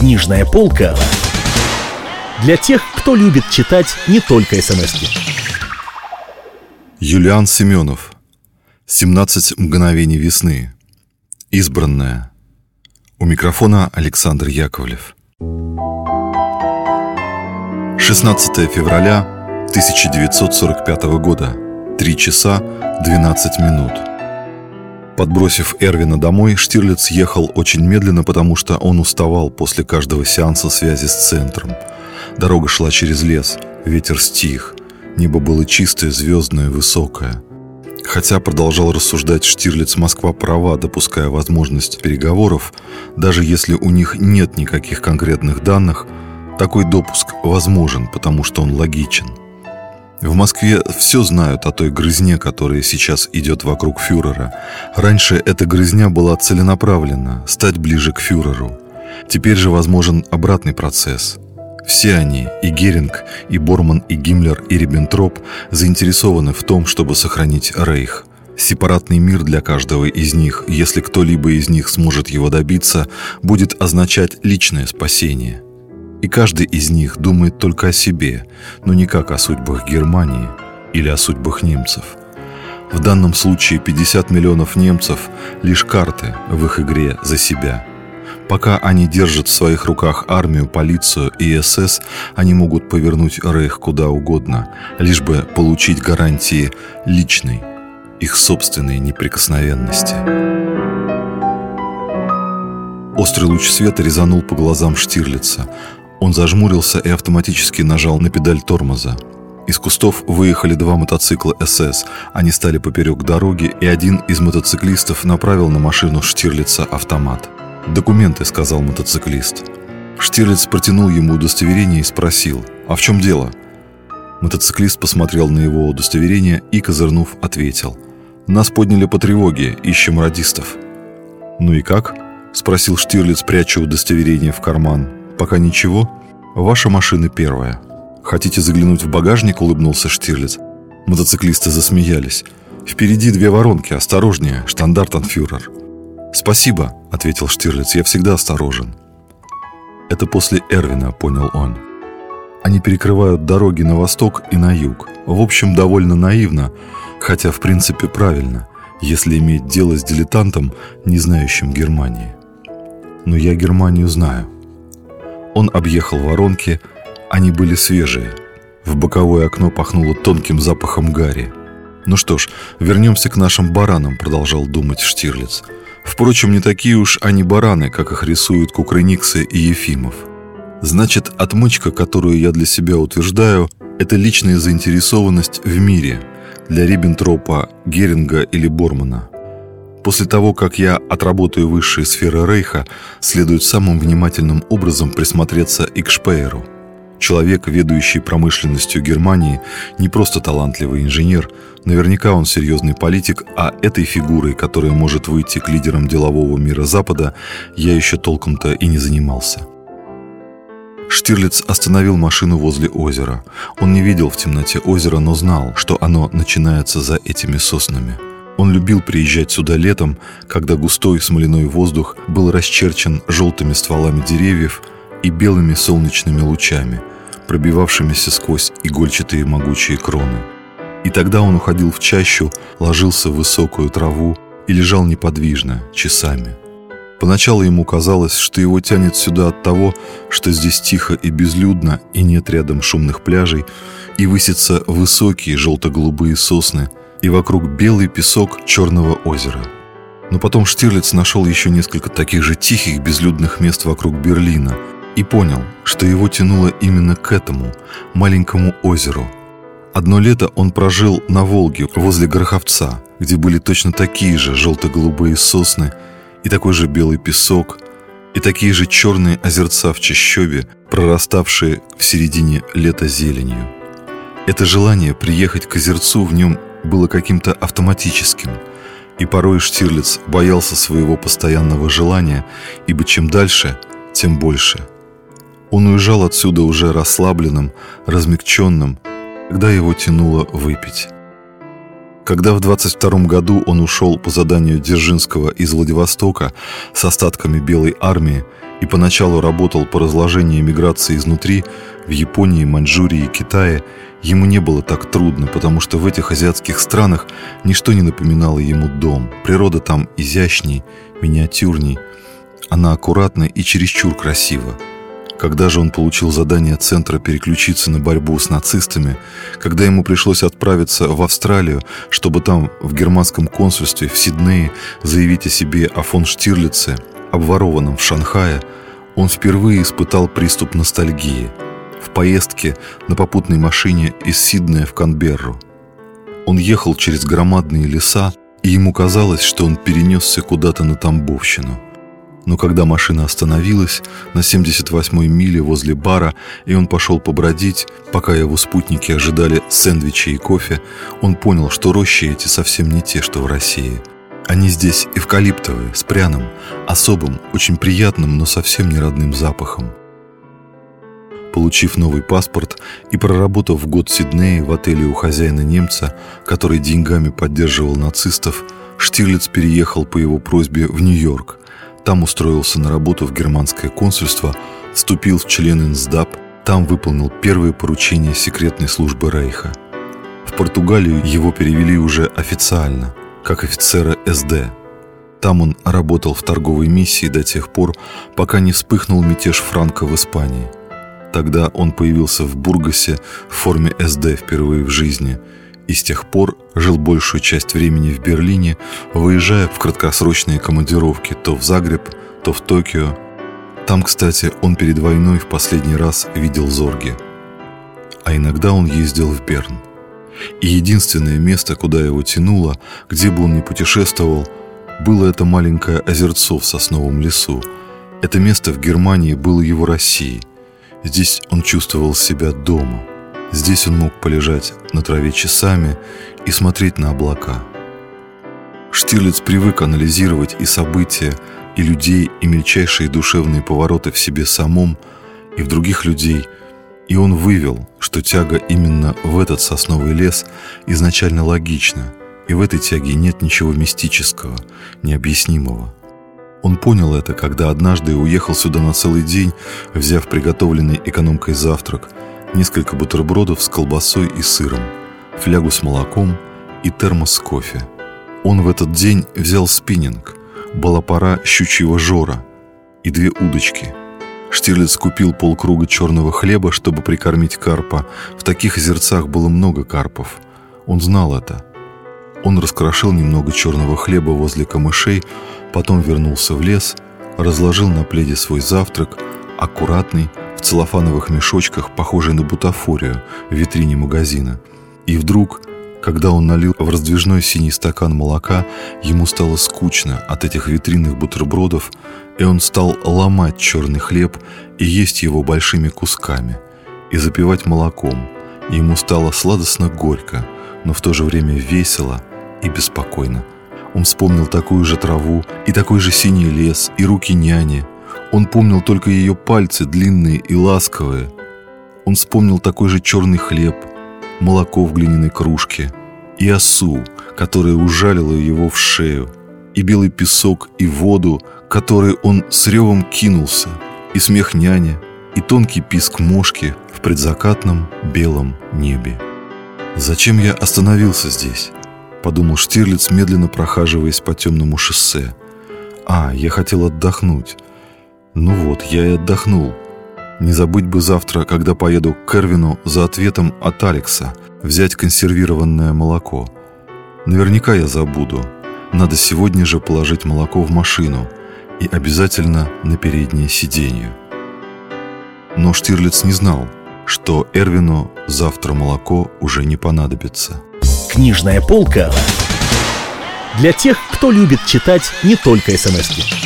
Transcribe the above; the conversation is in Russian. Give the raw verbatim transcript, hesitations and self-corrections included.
Книжная полка для тех, кто любит читать не только смс-ки. Юлиан Семенов. «семнадцать мгновений весны». Избранная. У микрофона Александр Яковлев. шестнадцатое февраля тысяча девятьсот сорок пятого года. три часа двенадцать минут. Подбросив Эрвина домой, Штирлиц ехал очень медленно, потому что он уставал после каждого сеанса связи с центром. Дорога шла через лес, ветер стих, небо было чистое, звездное, высокое. Хотя, продолжал рассуждать Штирлиц, Москва права, допуская возможность переговоров, даже если у них нет никаких конкретных данных, такой допуск возможен, потому что он логичен. В Москве все знают о той грызне, которая сейчас идет вокруг фюрера. Раньше эта грызня была целенаправлена – стать ближе к фюреру. Теперь же возможен обратный процесс. Все они, и Геринг, и Борман, и Гиммлер, и Риббентроп, заинтересованы в том, чтобы сохранить Рейх. Сепаратный мир для каждого из них, если кто-либо из них сможет его добиться, будет означать личное спасение. И каждый из них думает только о себе, но не как о судьбах Германии или о судьбах немцев. В данном случае пятьдесят миллионов немцев – лишь карты в их игре за себя. Пока они держат в своих руках армию, полицию и эс эс, они могут повернуть Рейх куда угодно, лишь бы получить гарантии личной, их собственной неприкосновенности. Острый луч света резанул по глазам Штирлица. Он зажмурился и автоматически нажал на педаль тормоза. Из кустов выехали два мотоцикла эс эс. Они стали поперек дороги, и один из мотоциклистов направил на машину Штирлица автомат. «Документы», — сказал мотоциклист. Штирлиц протянул ему удостоверение и спросил: «А в чем дело?» Мотоциклист посмотрел на его удостоверение и, козырнув, ответил: «Нас подняли по тревоге, ищем радистов». «Ну и как?» — спросил Штирлиц, пряча удостоверение в карман. «Пока ничего. Ваша машина первая». «Хотите заглянуть в багажник?» — улыбнулся Штирлиц. Мотоциклисты засмеялись. «Впереди две воронки, осторожнее, штандартенфюрер». «Спасибо», — ответил Штирлиц, — «я всегда осторожен». «Это после Эрвина», — понял он. Они перекрывают дороги на восток и на юг. В общем, довольно наивно, хотя в принципе правильно, если иметь дело с дилетантом, не знающим Германии. Но я Германию знаю. Он объехал воронки, они были свежие. В боковое окно пахнуло тонким запахом гари. «Ну что ж, вернемся к нашим баранам», — продолжал думать Штирлиц. «Впрочем, не такие уж они бараны, как их рисуют Кукрыниксы и Ефимов. Значит, отмычка, которую я для себя утверждаю, это личная заинтересованность в мире для Риббентропа, Геринга или Бормана. После того, как я отработаю высшие сферы Рейха, следует самым внимательным образом присмотреться и к Шпееру. Человек, ведущий промышленностью Германии, не просто талантливый инженер, наверняка он серьезный политик, а этой фигурой, которая может выйти к лидерам делового мира Запада, я еще толком-то и не занимался». Штирлиц остановил машину возле озера. Он не видел в темноте озера, но знал, что оно начинается за этими соснами. Он любил приезжать сюда летом, когда густой смоляной воздух был расчерчен желтыми стволами деревьев и белыми солнечными лучами, пробивавшимися сквозь игольчатые могучие кроны. И тогда он уходил в чащу, ложился в высокую траву и лежал неподвижно, часами. Поначалу ему казалось, что его тянет сюда от того, что здесь тихо и безлюдно, и нет рядом шумных пляжей, и высятся высокие желто-голубые сосны, и вокруг белый песок Черного озера. Но потом Штирлиц нашел еще несколько таких же тихих, безлюдных мест вокруг Берлина и понял, что его тянуло именно к этому маленькому озеру. Одно лето он прожил на Волге возле Гороховца, где были точно такие же желто-голубые сосны и такой же белый песок, и такие же черные озерца в чащобе, прораставшие в середине лета зеленью. Это желание приехать к озерцу в нем было каким-то автоматическим, и порой Штирлиц боялся своего постоянного желания, ибо чем дальше, тем больше. Он уезжал отсюда уже расслабленным, размягченным, когда его тянуло выпить. Когда в двадцать втором году он ушел по заданию Дзержинского из Владивостока с остатками Белой армии и поначалу работал по разложению эмиграции изнутри в Японии, Маньчжурии и Китае, ему не было так трудно, потому что в этих азиатских странах ничто не напоминало ему дом. Природа там изящней, миниатюрней, она аккуратна и чересчур красива. Когда же он получил задание Центра переключиться на борьбу с нацистами, когда ему пришлось отправиться в Австралию, чтобы там, в германском консульстве в Сиднее, заявить о себе о фон Штирлице, обворованном в Шанхае, он впервые испытал приступ ностальгии в поездке на попутной машине из Сиднея в Канберру. Он ехал через громадные леса, и ему казалось, что он перенесся куда-то на Тамбовщину. Но когда машина остановилась на семьдесят восьмой миле возле бара, и он пошел побродить, пока его спутники ожидали сэндвичи и кофе, он понял, что рощи эти совсем не те, что в России. Они здесь эвкалиптовые, с пряным, особым, очень приятным, но совсем не родным запахом. Получив новый паспорт и проработав год в Сиднее в отеле у хозяина немца, который деньгами поддерживал нацистов, Штирлиц переехал по его просьбе в Нью-Йорк. Там устроился на работу в германское консульство, вступил в члены эн эс ди эй пи, там выполнил первые поручения секретной службы Рейха. В Португалию его перевели уже официально, как офицера эс дэ. Там он работал в торговой миссии до тех пор, пока не вспыхнул мятеж Франко в Испании. Тогда он появился в Бургасе в форме эс дэ впервые в жизни и с тех пор жил большую часть времени в Берлине, выезжая в краткосрочные командировки то в Загреб, то в Токио. Там, кстати, он перед войной в последний раз видел Зорге. А иногда он ездил в Берн. И единственное место, куда его тянуло, где бы он ни путешествовал, было это маленькое озерцо в сосновом лесу. Это место в Германии было его Россией. Здесь он чувствовал себя дома. Здесь он мог полежать на траве часами и смотреть на облака. Штирлиц привык анализировать и события, и людей, и мельчайшие душевные повороты в себе самом, и в других людей, и он вывел, что тяга именно в этот сосновый лес изначально логична, и в этой тяге нет ничего мистического, необъяснимого. Он понял это, когда однажды уехал сюда на целый день, взяв приготовленный экономкой завтрак, несколько бутербродов с колбасой и сыром, флягу с молоком и термос с кофе. Он в этот день взял спиннинг, была пора щучьего жора и две удочки. Штирлиц купил полкруга черного хлеба, чтобы прикормить карпа. В таких озерцах было много карпов. Он знал это. Он раскрошил немного черного хлеба возле камышей, потом вернулся в лес, разложил на пледе свой завтрак, аккуратный, в целлофановых мешочках, похожий на бутафорию в витрине магазина. И вдруг, когда он налил в раздвижной синий стакан молока, ему стало скучно от этих витринных бутербродов, и он стал ломать черный хлеб и есть его большими кусками, и запивать молоком. И ему стало сладостно горько, но в то же время весело и беспокойно. Он вспомнил такую же траву и такой же синий лес, и руки няни. Он помнил только ее пальцы, длинные и ласковые. Он вспомнил такой же черный хлеб, молоко в глиняной кружке, и осу, которая ужалила его в шею, и белый песок, и воду, которой он с ревом кинулся, и смех няни, и тонкий писк мошки в предзакатном белом небе. «Зачем я остановился здесь?» — подумал Штирлиц, медленно прохаживаясь по темному шоссе. «А, я хотел отдохнуть. Ну вот, я и отдохнул. Не забыть бы завтра, когда поеду к Эрвину за ответом от Алекса, взять консервированное молоко. Наверняка я забуду. Надо сегодня же положить молоко в машину и обязательно на переднее сиденье». Но Штирлиц не знал, что Эрвину завтра молоко уже не понадобится. Книжная полка для тех, кто любит читать не только эс эм эски.